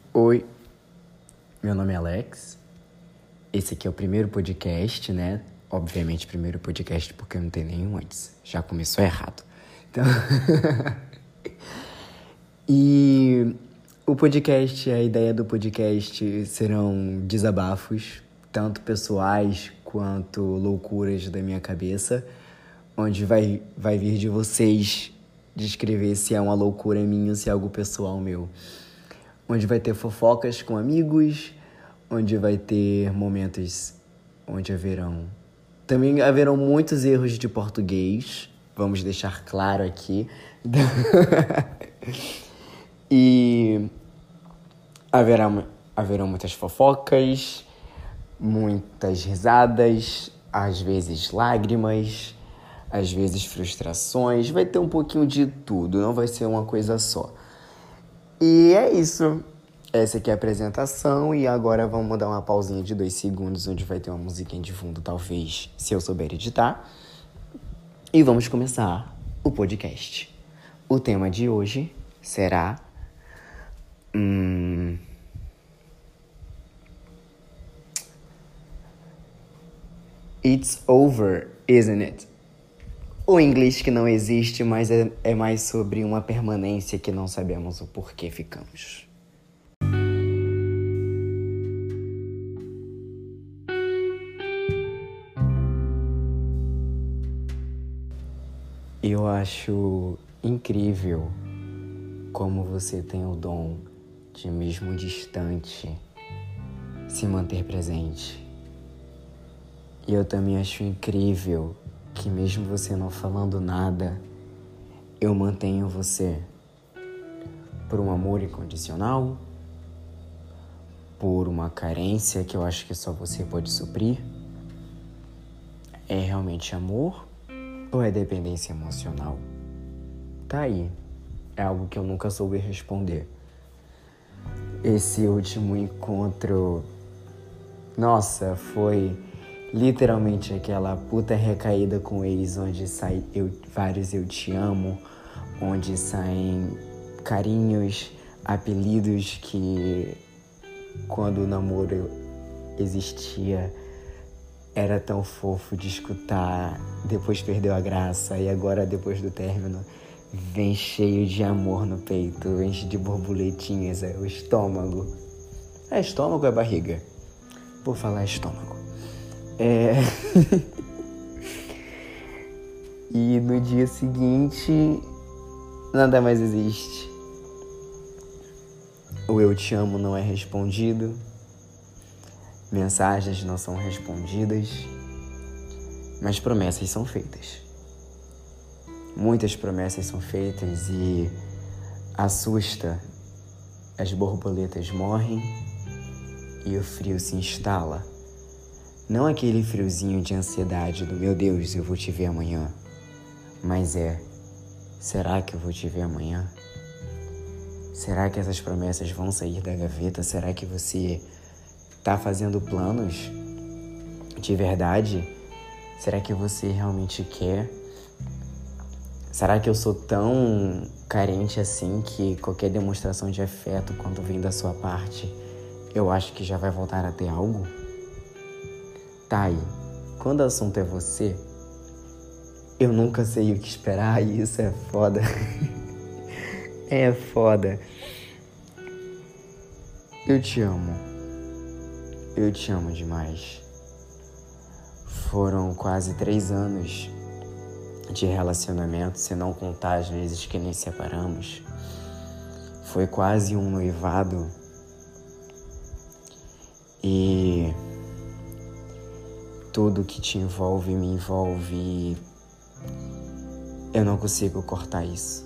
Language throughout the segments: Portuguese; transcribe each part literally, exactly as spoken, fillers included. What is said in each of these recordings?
Oi, meu nome é Alex. Esse aqui é o primeiro podcast, né? Obviamente, primeiro podcast porque não tem nenhum antes. Já começou errado. Então... e o podcast, a ideia do podcast serão desabafos, tanto pessoais quanto loucuras da minha cabeça, onde vai, vai vir de vocês descrever se é uma loucura minha ou se é algo pessoal meu. Onde vai ter fofocas com amigos, onde vai ter momentos onde haverão... Também haverão muitos erros de português, vamos deixar claro aqui. E haverá, haverão muitas fofocas, muitas risadas, às vezes lágrimas, às vezes frustrações. Vai ter um pouquinho de tudo, não vai ser uma coisa só. E é isso. Essa aqui é a apresentação e agora vamos dar uma pausinha de dois segundos onde vai ter uma musiquinha de fundo, talvez, se eu souber editar. E vamos começar o podcast. O tema de hoje será... Hum, It's over, isn't it? O inglês que não existe, mas é, é mais sobre uma permanência que não sabemos o porquê ficamos. Eu acho incrível como você tem o dom de, mesmo distante, se manter presente. E eu também acho incrível que, mesmo você não falando nada, eu mantenho você por um amor incondicional, por uma carência que eu acho que só você pode suprir. É realmente amor ou é dependência emocional? Tá aí. É algo que eu nunca soube responder. Esse último encontro, nossa, foi literalmente aquela puta recaída com eles, onde sai eu, vários eu te amo, onde saem carinhos, apelidos que quando o namoro existia era tão fofo de escutar, depois perdeu a graça e agora depois do término vem cheio de amor no peito, enche de borboletinhas, é o estômago. É estômago ou é barriga? Vou falar estômago. É... E no dia seguinte, nada mais existe. O eu te amo não é respondido. Mensagens não são respondidas. Mas promessas são feitas. Muitas promessas são feitas e assusta. As borboletas morrem e o frio se instala. Não aquele friozinho de ansiedade do meu Deus, eu vou te ver amanhã. Mas é, será que eu vou te ver amanhã? Será que essas promessas vão sair da gaveta? Será que você tá fazendo planos de verdade? Será que você realmente quer? Será que eu sou tão carente assim que qualquer demonstração de afeto quando vem da sua parte, eu acho que já vai voltar a ter algo? Tá aí. Quando o assunto é você, eu nunca sei o que esperar e isso é foda. É foda. Eu te amo. Eu te amo demais. Foram quase três anos de relacionamento, se não contar as vezes que nos separamos. Foi quase um noivado. E tudo que te envolve me envolve. Eu não consigo cortar isso.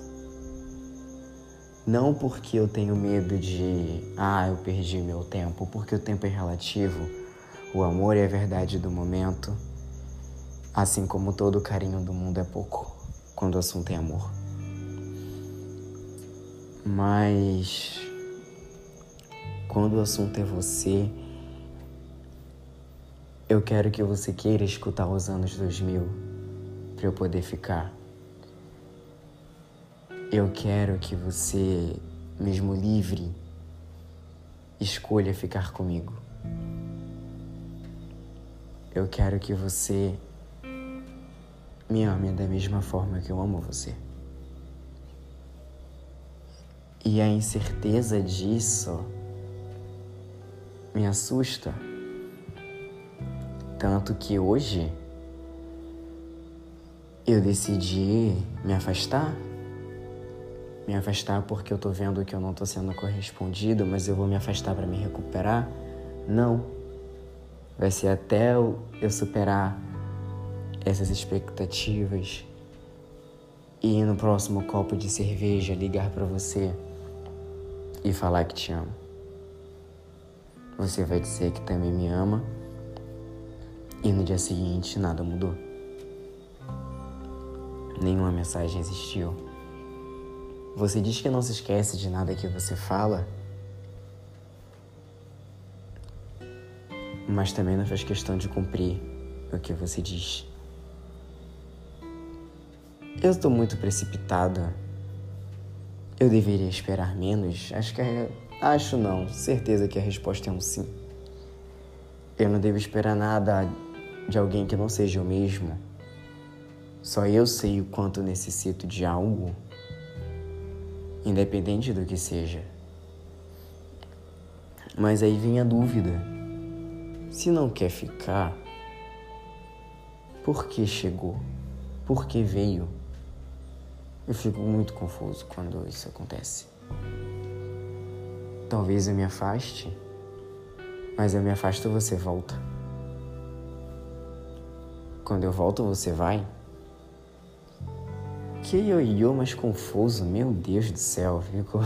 Não porque eu tenho medo de... Ah, eu perdi meu tempo. Porque o tempo é relativo. O amor é a verdade do momento. Assim como todo o carinho do mundo é pouco quando o assunto é amor. Mas quando o assunto é você, eu quero que você queira escutar os anos dois mil para eu poder ficar. Eu quero que você, mesmo livre, escolha ficar comigo. Eu quero que você me ame da mesma forma que eu amo você. E a incerteza disso me assusta. Tanto que hoje eu decidi me afastar. Me afastar porque eu tô vendo que eu não tô sendo correspondido, mas eu vou me afastar pra me recuperar? Não. Vai ser até eu superar essas expectativas e no próximo copo de cerveja ligar pra você e falar que te amo. Você vai dizer que também me ama e no dia seguinte nada mudou. Nenhuma mensagem existiu. Você diz que não se esquece de nada que você fala, mas também não faz questão de cumprir o que você diz. Eu estou muito precipitada. Eu deveria esperar menos? Acho que é... Acho não. Certeza que a resposta é um sim. Eu não devo esperar nada de alguém que não seja eu mesmo. Só eu sei o quanto necessito de algo, independente do que seja. Mas aí vem a dúvida. Se não quer ficar, por que chegou? Por que veio? Eu fico muito confuso quando isso acontece. Talvez eu me afaste, mas eu me afasto e você volta. Quando eu volto, você vai? Que ioiô mais confuso, meu Deus do céu, ficou.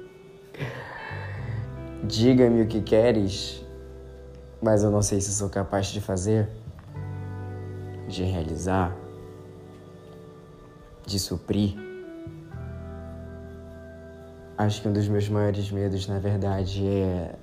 Diga-me o que queres, mas eu não sei se sou capaz de fazer, de realizar, de suprir. Acho que um dos meus maiores medos, na verdade, é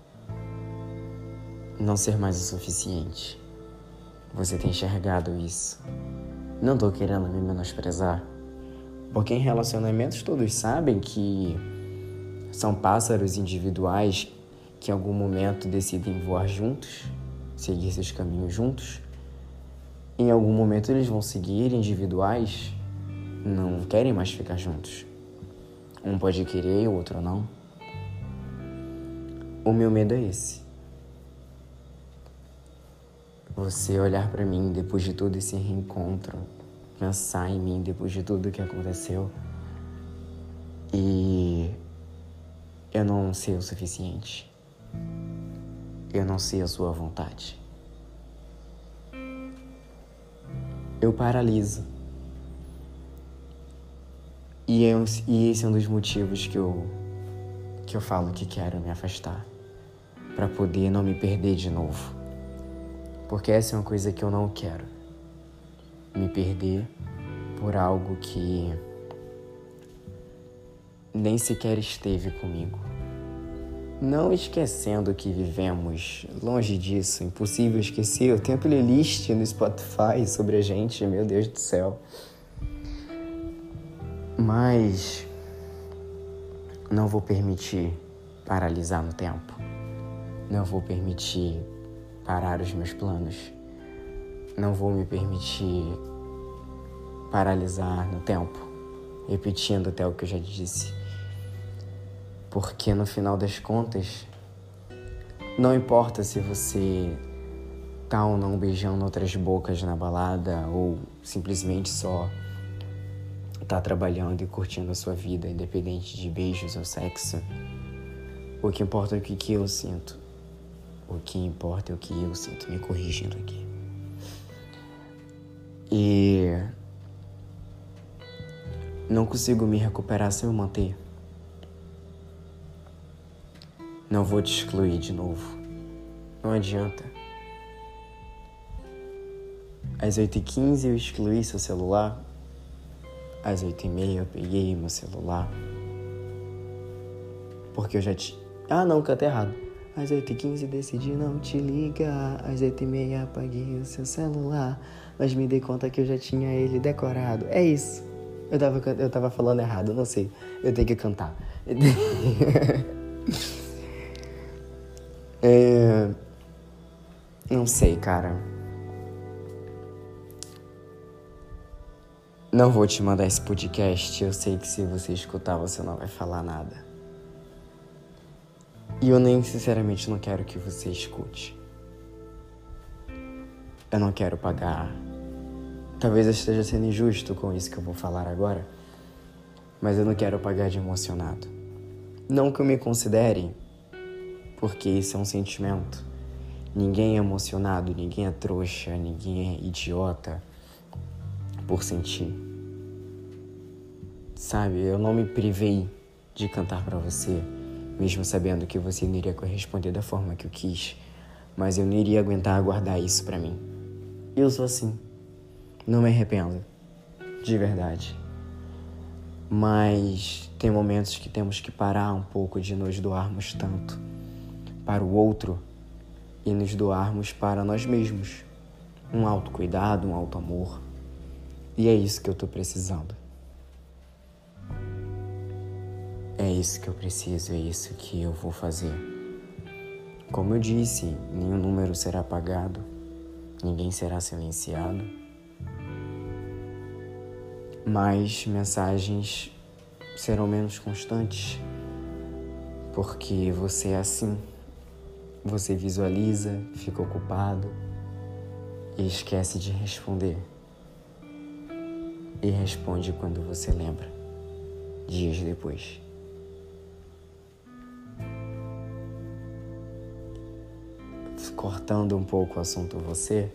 não ser mais o suficiente. Você tem enxergado isso. Não tô querendo me menosprezar, porque em relacionamentos todos sabem que são pássaros individuais que em algum momento decidem voar juntos, seguir seus caminhos juntos. Em algum momento eles vão seguir individuais, não querem mais ficar juntos. Um pode querer, o outro não. O meu medo é esse. Você olhar pra mim depois de todo esse reencontro, pensar em mim depois de tudo que aconteceu e eu não ser o suficiente. Eu não sei a sua vontade. Eu paraliso. E, eu, e esse é um dos motivos que eu, que eu falo que quero me afastar, para poder não me perder de novo. Porque essa é uma coisa que eu não quero. Me perder por algo que nem sequer esteve comigo. Não esquecendo que vivemos longe disso, impossível esquecer. Eu tenho playlist no Spotify sobre a gente, meu Deus do céu. Mas não vou permitir paralisar no tempo. Não vou permitir parar os meus planos. Não vou me permitir paralisar no tempo, repetindo até o que eu já disse. Porque no final das contas, não importa se você tá ou não beijando outras bocas na balada ou simplesmente só tá trabalhando e curtindo a sua vida, independente de beijos ou sexo. O que importa é o que, que eu sinto. O que importa é o que eu sinto, me corrigindo aqui. E não consigo me recuperar sem eu manter. Não vou te excluir de novo. Não adianta. Às oito e quinze eu excluí seu celular. Às oito e meia eu peguei meu celular. Porque eu já te... Ah, não, cantei errado. Às oito e quinze decidi não te ligar. Às oito e meia apaguei o seu celular. Mas me dei conta que eu já tinha ele decorado. É isso. Eu tava, eu tava falando errado, não sei. Eu tenho que cantar. sei, cara. Não vou te mandar esse podcast. Eu sei que se você escutar, você não vai falar nada. E eu nem, sinceramente, não quero que você escute. Eu não quero pagar. Talvez eu esteja sendo injusto com isso que eu vou falar agora, mas eu não quero pagar de emocionado. Não que eu me considere, porque isso é um sentimento. Ninguém é emocionado, ninguém é trouxa, ninguém é idiota por sentir. Sabe, eu não me privei de cantar pra você, mesmo sabendo que você não iria corresponder da forma que eu quis, mas eu não iria aguentar guardar isso pra mim. Eu sou assim. Não me arrependo, de verdade. Mas tem momentos que temos que parar um pouco de nos doarmos tanto para o outro e nos doarmos para nós mesmos. Um autocuidado, um autoamor. E é isso que eu tô precisando. É isso que eu preciso, é isso que eu vou fazer. Como eu disse, nenhum número será apagado, ninguém será silenciado. Mas mensagens serão menos constantes, porque você é assim. Você visualiza, fica ocupado e esquece de responder. E responde quando você lembra, dias depois. Cortando um pouco o assunto você,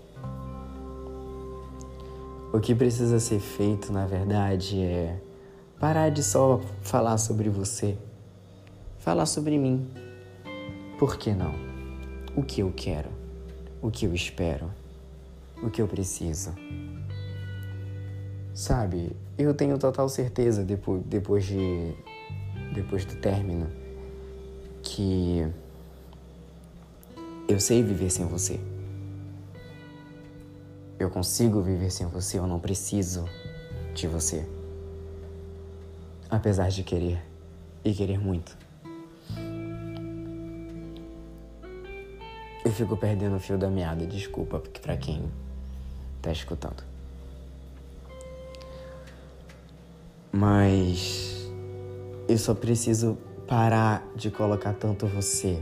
o que precisa ser feito, na verdade, é parar de só falar sobre você. Falar sobre mim. Por que não? O que eu quero? O que eu espero? O que eu preciso? Sabe, eu tenho total certeza, depois, depois, de, depois do término, que eu sei viver sem você. Eu consigo viver sem você, eu não preciso de você. Apesar de querer, e querer muito. Eu fico perdendo o fio da meada, desculpa pra quem tá escutando. Mas eu só preciso parar de colocar tanto você.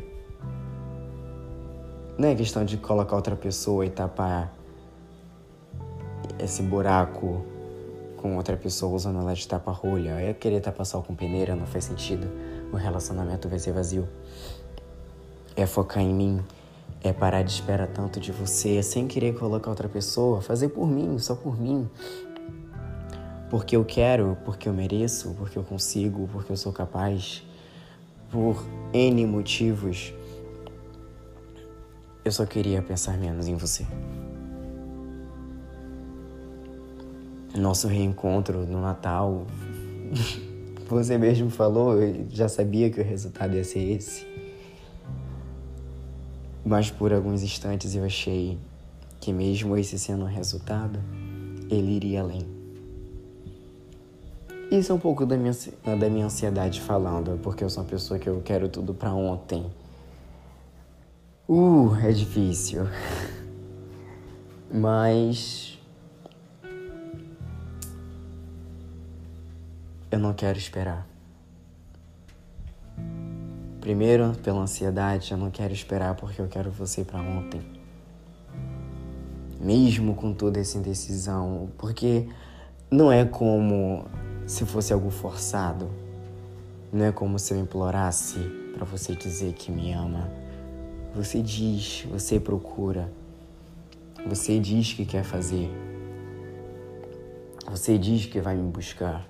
Não é questão de colocar outra pessoa e tapar esse buraco com outra pessoa usando ela de tapa-rolha. Eu querer tapar sol com peneira não faz sentido. O relacionamento vai ser vazio. É focar em mim. É parar de esperar tanto de você sem querer colocar outra pessoa. Fazer por mim, só por mim. Porque eu quero, porque eu mereço, porque eu consigo, porque eu sou capaz. Por N motivos. Eu só queria pensar menos em você. Nosso reencontro no Natal, você mesmo falou, eu já sabia que o resultado ia ser esse. Mas por alguns instantes eu achei que mesmo esse sendo o resultado, ele iria além. Isso é um pouco da minha, da minha ansiedade falando, porque eu sou uma pessoa que eu quero tudo pra ontem. Uh, é difícil. Mas eu não quero esperar. Primeiro, pela ansiedade, eu não quero esperar porque eu quero você pra ontem. Mesmo com toda essa indecisão, porque não é como se fosse algo forçado. Não é como se eu implorasse pra você dizer que me ama. Você diz, você procura. Você diz que quer fazer. Você diz que vai me buscar.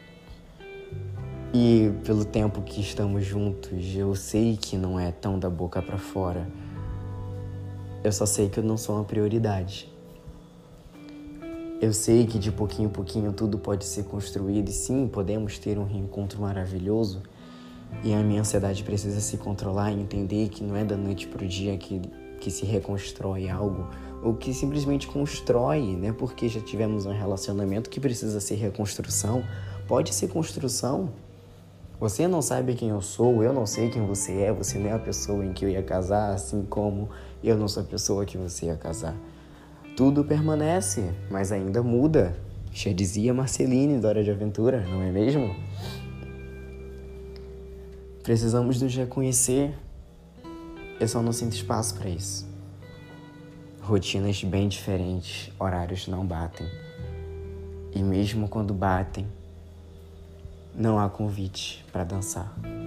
E pelo tempo que estamos juntos, eu sei que não é tão da boca pra fora. Eu só sei que eu não sou uma prioridade. Eu sei que de pouquinho em pouquinho tudo pode ser construído e sim, podemos ter um reencontro maravilhoso. E a minha ansiedade precisa se controlar e entender que não é da noite pro dia que, que se reconstrói algo, ou que simplesmente constrói, né? Porque já tivemos um relacionamento que precisa ser reconstrução. Pode ser construção. Você não sabe quem eu sou, eu não sei quem você é, você não é a pessoa em que eu ia casar, assim como eu não sou a pessoa que você ia casar. Tudo permanece, mas ainda muda. Já dizia Marceline da Hora de Aventura, não é mesmo? Precisamos nos reconhecer. Eu só não sinto espaço para isso. Rotinas bem diferentes, horários não batem. E mesmo quando batem, não há convite para dançar.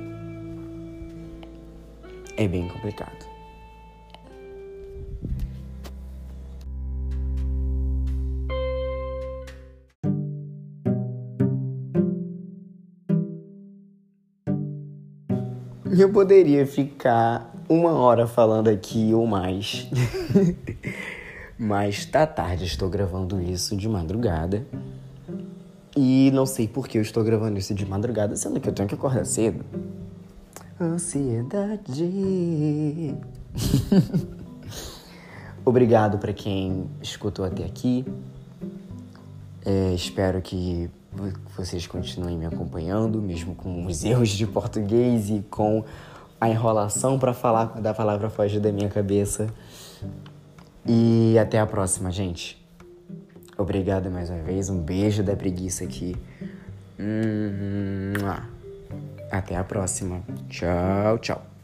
É bem complicado. Eu poderia ficar uma hora falando aqui ou mais. Mas tá tarde, estou gravando isso de madrugada. E não sei por que eu estou gravando isso de madrugada, sendo que eu tenho que acordar cedo. Ansiedade. Obrigado para quem escutou até aqui. É, espero que vocês continuem me acompanhando, mesmo com os erros de português e com a enrolação para falar da palavra foge da minha cabeça. E até a próxima, gente. Obrigado mais uma vez. Um beijo da preguiça aqui. Até a próxima. Tchau, tchau.